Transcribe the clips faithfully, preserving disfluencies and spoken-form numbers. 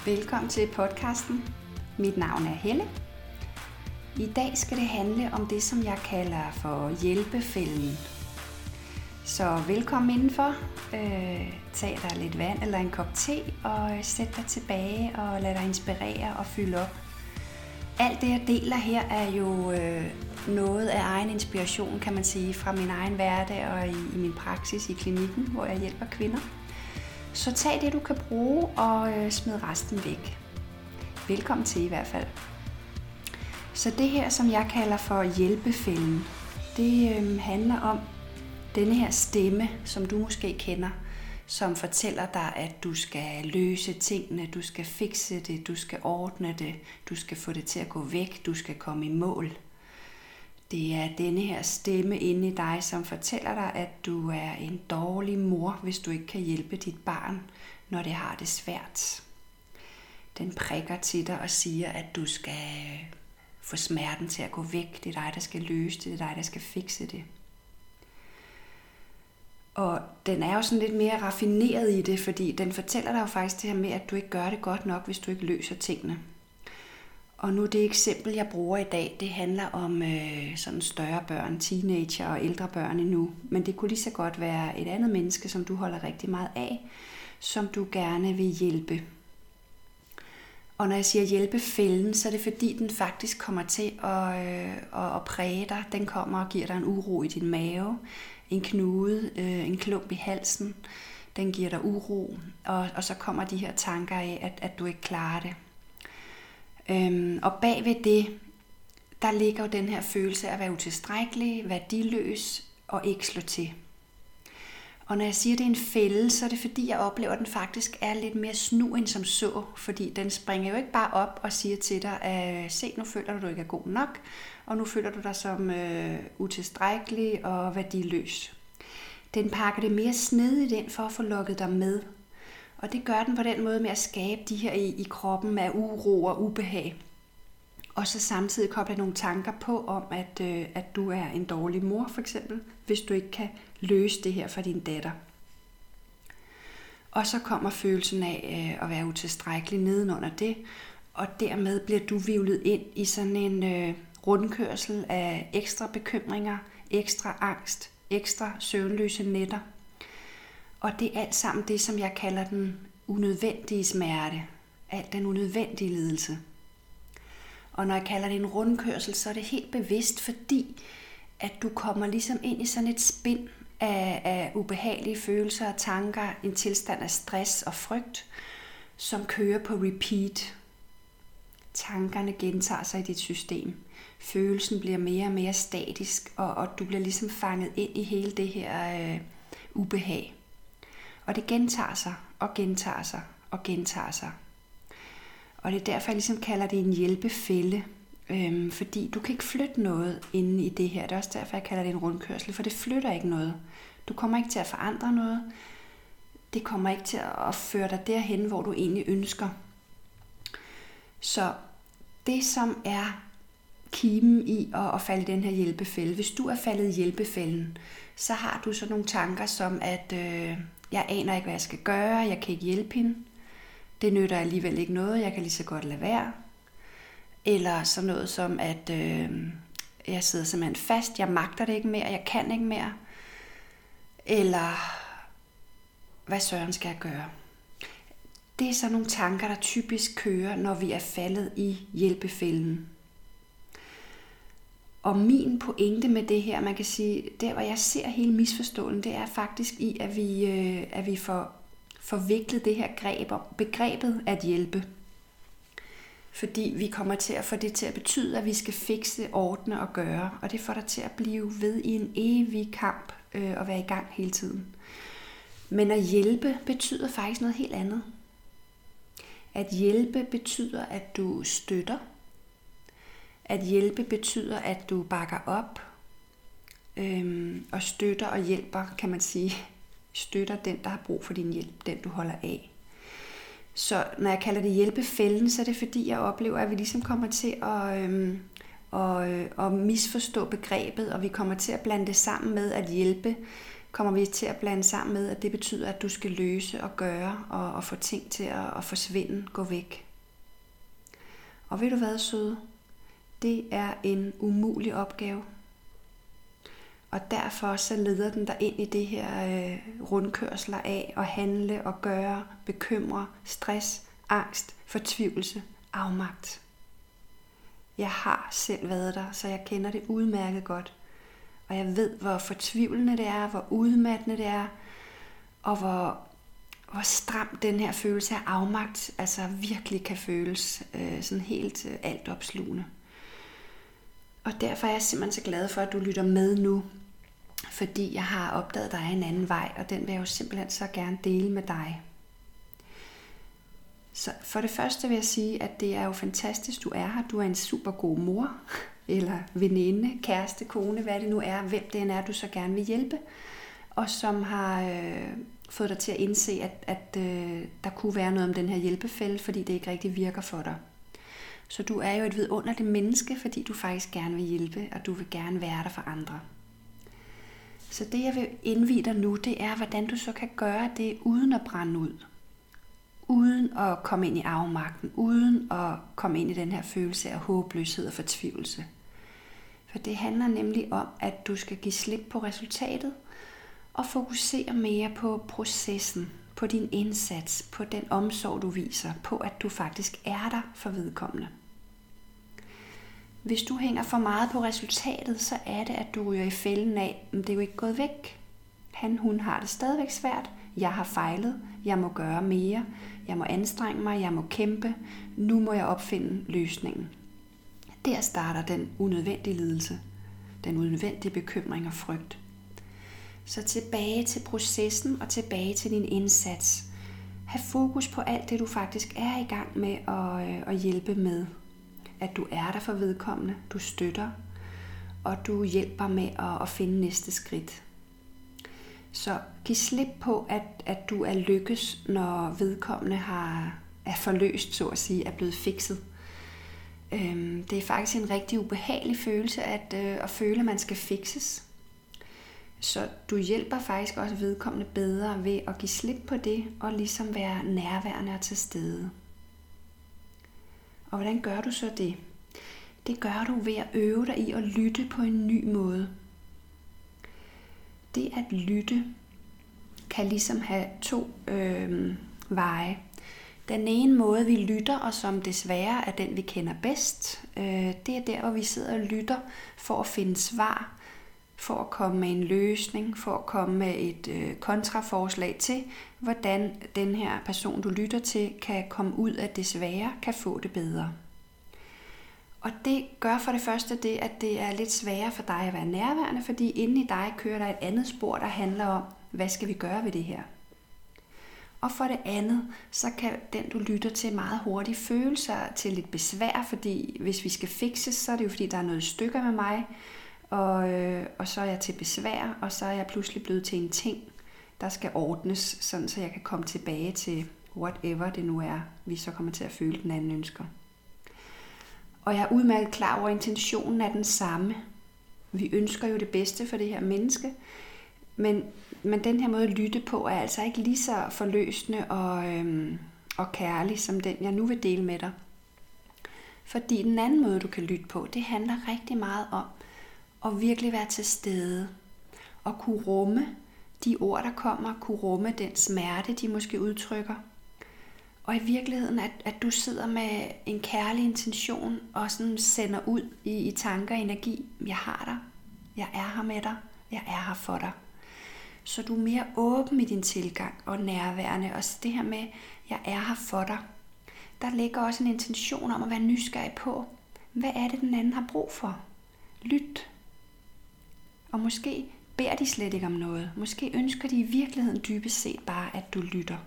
Velkommen til podcasten. Mit navn er Helle. I dag skal det handle om det, som jeg kalder for hjælpefælden. Så velkommen indenfor. Øh, tag dig lidt vand eller en kop te og sæt dig tilbage og lad dig inspirere og fylde op. Alt det, jeg deler her, er jo øh, noget af egen inspiration, kan man sige, fra min egen hverdag og i, i min praksis i klinikken, hvor jeg hjælper kvinder. Så tag det, du kan bruge, og øh, smid resten væk. Velkommen til i hvert fald. Så det her, som jeg kalder for hjælpefælden, det øh, handler om denne her stemme, som du måske kender, som fortæller dig, at du skal løse tingene, du skal fikse det, du skal ordne det, du skal få det til at gå væk, du skal komme i mål. Det er denne her stemme inde i dig, som fortæller dig, at du er en dårlig mor, hvis du ikke kan hjælpe dit barn, når det har det svært. Den prikker til dig og siger, at du skal få smerten til at gå væk. Det er dig, der skal løse det, det er dig, der skal fikse det. Og den er jo sådan lidt mere raffineret i det, fordi den fortæller dig jo faktisk det her med, at du ikke gør det godt nok, hvis du ikke løser tingene. Og nu det eksempel, jeg bruger i dag, det handler om øh, sådan større børn, teenager og ældre børn endnu. Men det kunne lige så godt være et andet menneske, som du holder rigtig meget af, som du gerne vil hjælpe. Og når jeg siger hjælpefælden, så er det fordi, den faktisk kommer til at, øh, at præge dig. Den kommer og giver dig en uro i din mave, en knude, øh, en klump i halsen. Den giver dig uro, og, og så kommer de her tanker af, at, at du ikke klarer det. Øhm, og bagved det, der ligger jo den her følelse af at være utilstrækkelig, værdiløs og ikke slå til. Og når jeg siger, at det er en fælde, så er det fordi, jeg oplever, at den faktisk er lidt mere snu end som så. Fordi den springer jo ikke bare op og siger til dig, at se, nu føler du, at du ikke er god nok, og nu føler du dig som øh, utilstrækkelig og værdiløs. Den pakker det mere snedigt ind for at få lukket dig med. Og det gør den på den måde med at skabe de her i, i kroppen af uro og ubehag. Og så samtidig koble nogle tanker på om, at, øh, at du er en dårlig mor for eksempel, hvis du ikke kan løse det her for din datter. Og så kommer følelsen af øh, at være utilstrækkelig nedenunder det, og dermed bliver du hvirvlet ind i sådan en øh, rundkørsel af ekstra bekymringer, ekstra angst, ekstra søvnløse nætter. Og det er alt sammen det, som jeg kalder den unødvendige smerte. Alt den unødvendige lidelse. Og når jeg kalder det en rundkørsel, så er det helt bevidst, fordi at du kommer ligesom ind i sådan et spind af, af ubehagelige følelser og tanker, en tilstand af stress og frygt, som kører på repeat. Tankerne gentager sig i dit system. Følelsen bliver mere og mere statisk, og, og du bliver ligesom fanget ind i hele det her øh, ubehag. Og det gentager sig, og gentager sig, og gentager sig. Og det er derfor, jeg ligesom kalder det en hjælpefælde. Øhm, fordi du kan ikke flytte noget inde i det her. Det er også derfor, jeg kalder det en rundkørsel, for det flytter ikke noget. Du kommer ikke til at forandre noget. Det kommer ikke til at føre dig derhen, hvor du egentlig ønsker. Så det, som er kimen i at, at falde i den her hjælpefælde. Hvis du er faldet i hjælpefælden, så har du sådan nogle tanker som, at øh, jeg aner ikke, hvad jeg skal gøre, jeg kan ikke hjælpe hende. Det nytter alligevel ikke noget, jeg kan lige så godt lade være. Eller sådan noget som, at øh, jeg sidder simpelthen fast, jeg magter det ikke mere, jeg kan ikke mere. Eller hvad søren skal jeg gøre? Det er sådan nogle tanker, der typisk kører, når vi er faldet i hjælpefælden. Og min pointe med det her, man kan sige, der hvor jeg ser hele misforståelsen, det er faktisk i, at vi, øh, at vi får forviklet det her greb om begrebet at hjælpe. Fordi vi kommer til at få det til at betyde, at vi skal fikse, ordne og gøre. Og det får dig til at blive ved i en evig kamp øh, og være i gang hele tiden. Men at hjælpe betyder faktisk noget helt andet. At hjælpe betyder, at du støtter. At hjælpe betyder, at du bakker op. Øhm, og støtter og hjælper, kan man sige. Støtter den, der har brug for din hjælp. Den, du holder af. Så når jeg kalder det hjælpefælden, så er det fordi, jeg oplever, at vi ligesom kommer til at, øhm, at, at misforstå begrebet, og vi kommer til at blande det sammen med at hjælpe kommer vi til at blande sammen med, at det betyder, at du skal løse og gøre og, og få ting til at, at forsvinde, gå væk. Og ved du hvad, søde? Det er en umulig opgave. Og derfor så leder den dig ind i det her øh, rundkørsler af at handle og gøre, bekymre, stress, angst, fortvivlelse, afmagt. Jeg har selv været der, så jeg kender det udmærket godt. Og jeg ved, hvor fortvivlende det er, hvor udmattende det er, og hvor, hvor stram den her følelse af afmagt altså virkelig kan føles øh, sådan helt øh, altopslugende. Og derfor er jeg simpelthen så glad for, at du lytter med nu, fordi jeg har opdaget dig en anden vej, og den vil jeg jo simpelthen så gerne dele med dig. Så for det første vil jeg sige, at det er jo fantastisk, du er her. Du er en super god mor, eller veninde, kæreste, kone, hvad det nu er, hvem det end er, du så gerne vil hjælpe, og som har øh, fået dig til at indse, at, at øh, der kunne være noget om den her hjælpefælde, fordi det ikke rigtig virker for dig. Så du er jo et vidunderligt menneske, fordi du faktisk gerne vil hjælpe, og du vil gerne være der for andre. Så det jeg vil indvie dig nu, det er, hvordan du så kan gøre det uden at brænde ud. Uden at komme ind i afmagten, uden at komme ind i den her følelse af håbløshed og fortvivlelse. For det handler nemlig om, at du skal give slip på resultatet og fokusere mere på processen, på din indsats, på den omsorg du viser, på at du faktisk er der for vedkommende. Hvis du hænger for meget på resultatet, så er det, at du ryger i fælden af, men det er jo ikke gået væk. Han, hun har det stadigvæk svært. Jeg har fejlet. Jeg må gøre mere. Jeg må anstrenge mig. Jeg må kæmpe. Nu må jeg opfinde løsningen. Der starter den unødvendige lidelse. Den unødvendige bekymring og frygt. Så tilbage til processen og tilbage til din indsats. Ha' fokus på alt det, du faktisk er i gang med at, at hjælpe med. At du er der for vedkommende, du støtter, og du hjælper med at, at finde næste skridt. Så giv slip på, at, at du er lykkes, når vedkommende har, er forløst, så at sige, er blevet fikset. Øhm, det er faktisk en rigtig ubehagelig følelse, at, øh, at føle, at man skal fikses. Så du hjælper faktisk også vedkommende bedre ved at give slip på det, og ligesom være nærværende og til stede. Og hvordan gør du så det? Det gør du ved at øve dig i at lytte på en ny måde. Det at lytte kan ligesom have to øh, veje. Den ene måde, vi lytter, og som desværre er den, vi kender bedst, øh, det er der, hvor vi sidder og lytter for at finde svar, for at komme med en løsning, for at komme med et øh, kontraforslag til, hvordan den her person, du lytter til, kan komme ud af det svære, kan få det bedre. Og det gør for det første det, at det er lidt sværere for dig at være nærværende, fordi inde i dig kører der et andet spor, der handler om, hvad skal vi gøre ved det her? Og for det andet, så kan den, du lytter til, meget hurtigt føle sig til lidt besvær, fordi hvis vi skal fikses, så er det jo fordi, der er noget stykker med mig, og, øh, og så er jeg til besvær, og så er jeg pludselig blevet til en ting, der skal ordnes, sådan så jeg kan komme tilbage til whatever det nu er, vi så kommer til at føle, den anden ønsker. Og jeg er udmærket klar over, at intentionen er den samme. Vi ønsker jo det bedste for det her menneske, men, men den her måde at lytte på er altså ikke lige så forløsende og, øhm, og kærlig, som den jeg nu vil dele med dig. Fordi den anden måde, du kan lytte på, det handler rigtig meget om at virkelig være til stede og kunne rumme de ord, der kommer, kunne rumme den smerte, de måske udtrykker. Og i virkeligheden, at, at du sidder med en kærlig intention og sådan sender ud i, i tanker og energi. Jeg har dig. Jeg er her med dig. Jeg er her for dig. Så du er mere åben i din tilgang og nærværende. Og det her med, jeg er her for dig. Der ligger også en intention om at være nysgerrig på, hvad er det, den anden har brug for? Lyt. Og måske beder de slet ikke om noget. Måske ønsker de i virkeligheden dybest set bare, at du lytter.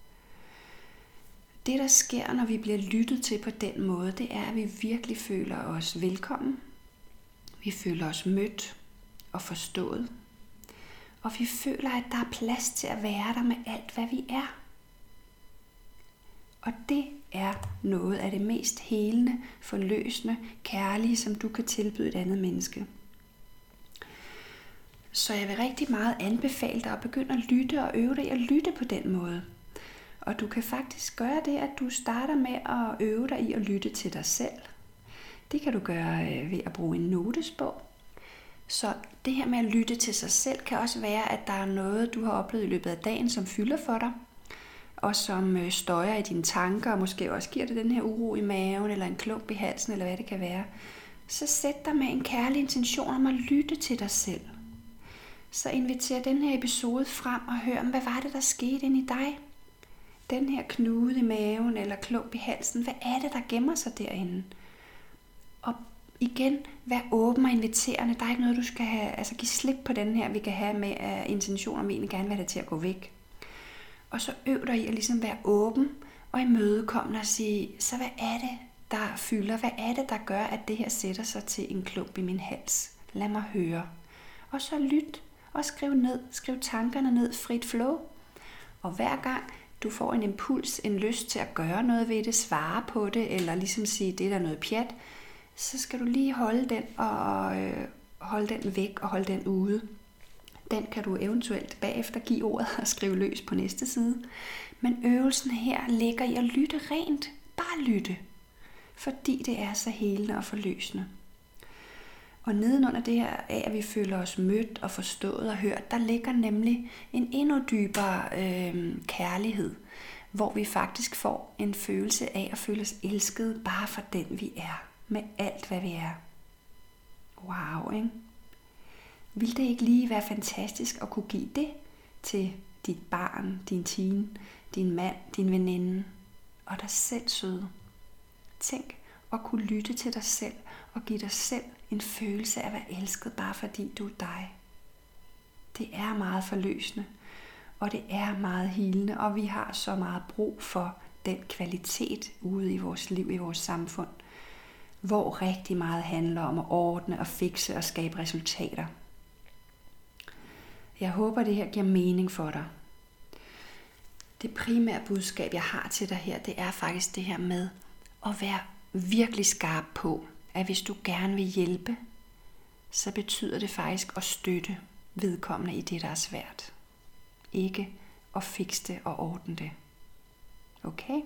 Det, der sker, når vi bliver lyttet til på den måde, det er, at vi virkelig føler os velkommen. Vi føler os mødt og forstået. Og vi føler, at der er plads til at være der med alt, hvad vi er. Og det er noget af det mest helende, forløsende, kærlige, som du kan tilbyde et andet menneske. Så jeg vil rigtig meget anbefale dig at begynde at lytte og øve dig i at lytte på den måde. Og du kan faktisk gøre det, at du starter med at øve dig i at lytte til dig selv. Det kan du gøre ved at bruge en notesbog. Så det her med at lytte til sig selv kan også være, at der er noget, du har oplevet i løbet af dagen, som fylder for dig, og som støjer i dine tanker, og måske også giver dig den her uro i maven, eller en klump i halsen, eller hvad det kan være. Så sæt dig med en kærlig intention om at lytte til dig selv. Så inviter den her episode frem og hør, hvad var det, der skete inde i dig? Den her knude i maven eller klump i halsen, hvad er det, der gemmer sig derinde? Og igen, vær åben og inviterende. Der er ikke noget, du skal have, altså give slip på den her, vi kan have med af intentioner, om vi egentlig gerne vil have det til at gå væk. Og så øv dig i at ligesom være åben og imødekommende og sige, så hvad er det, der fylder? Hvad er det, der gør, at det her sætter sig til en klump i min hals? Lad mig høre. Og så lyt og skriv ned. Skriv tankerne ned, frit flow. Og hver gang du får en impuls, en lyst til at gøre noget ved det, svare på det, eller ligesom sige, det er der noget pjat, så skal du lige holde den og øh, holde den væk og holde den ude. Den kan du eventuelt bagefter give ordet og skrive løs på næste side. Men øvelsen her ligger i at lytte rent. Bare lytte. Fordi det er så helende og forløsende. Og nedenunder det her af, at vi føler os mødt og forstået og hørt, der ligger nemlig en endnu dybere øh, kærlighed, hvor vi faktisk får en følelse af at føle os elsket bare for den vi er, med alt hvad vi er. Wow, ikke? Vil det ikke lige være fantastisk at kunne give det til dit barn, din teen, din mand, din veninde og dig selv søde? Tænk at kunne lytte til dig selv og give dig selv en følelse af at være elsket, bare fordi du er dig. Det er meget forløsende, og det er meget helende, og vi har så meget brug for den kvalitet ude i vores liv, i vores samfund, hvor rigtig meget handler om at ordne og fikse og skabe resultater. Jeg håber, det her giver mening for dig. Det primære budskab, jeg har til dig her, det er faktisk det her med at være virkelig skarp på, at hvis du gerne vil hjælpe, så betyder det faktisk at støtte vedkommende i det, der er svært. Ikke at fikse det og ordne det. Okay?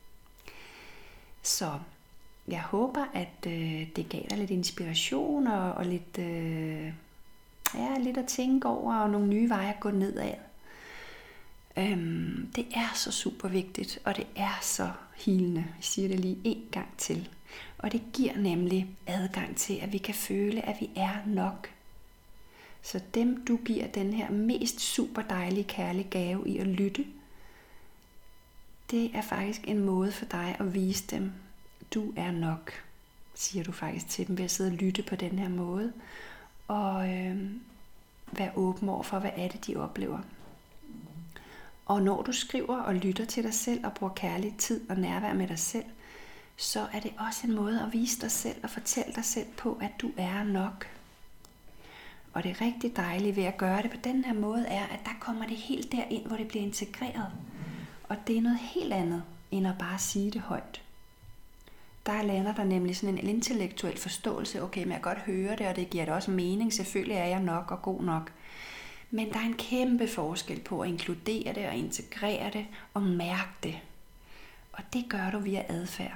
Så jeg håber, at øh, det gav dig lidt inspiration og, og lidt, øh, ja, lidt at tænke over og nogle nye veje at gå nedad. Øhm, det er så super vigtigt, og det er så helende. Jeg siger det lige en gang til. Og det giver nemlig adgang til, at vi kan føle, at vi er nok. Så dem, du giver den her mest super dejlige, kærlige gave i at lytte, det er faktisk en måde for dig at vise dem, du er nok, siger du faktisk til dem ved at sidde og lytte på den her måde. Og øh, være åben over for, hvad er det, de oplever. Og når du skriver og lytter til dig selv og bruger kærlig tid og nærvær med dig selv, så er det også en måde at vise dig selv og fortælle dig selv på, at du er nok. Og det rigtig dejlige ved at gøre det på den her måde er, at der kommer det helt derind, hvor det bliver integreret. Og det er noget helt andet, end at bare sige det højt. Der lander der nemlig sådan en intellektuel forståelse. Okay, men jeg kan godt høre det, og det giver det også mening. Selvfølgelig er jeg nok og god nok. Men der er en kæmpe forskel på at inkludere det og integrere det og mærke det. Og det gør du via adfærd.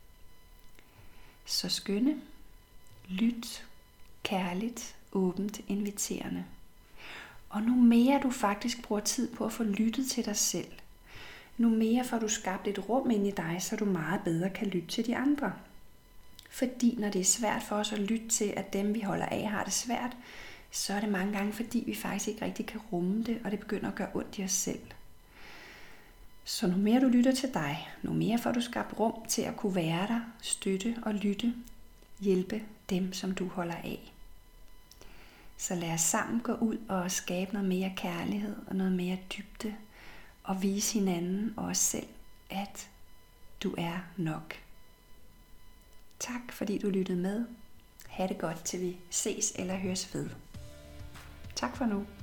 Så skønne, lyt, kærligt, åbent, inviterende. Og nu mere du faktisk bruger tid på at få lyttet til dig selv, nu mere får du skabt et rum ind i dig, så du meget bedre kan lytte til de andre. Fordi når det er svært for os at lytte til, at dem vi holder af har det svært, så er det mange gange, fordi vi faktisk ikke rigtig kan rumme det, og det begynder at gøre ondt i os selv. Så nu mere du lytter til dig, nu mere får du skabt rum til at kunne være der, støtte og lytte, hjælpe dem, som du holder af. Så lad os sammen gå ud og skabe noget mere kærlighed og noget mere dybde, og vise hinanden og os selv, at du er nok. Tak fordi du lyttede med. Ha' det godt til vi ses eller høres ved. Tak for nu.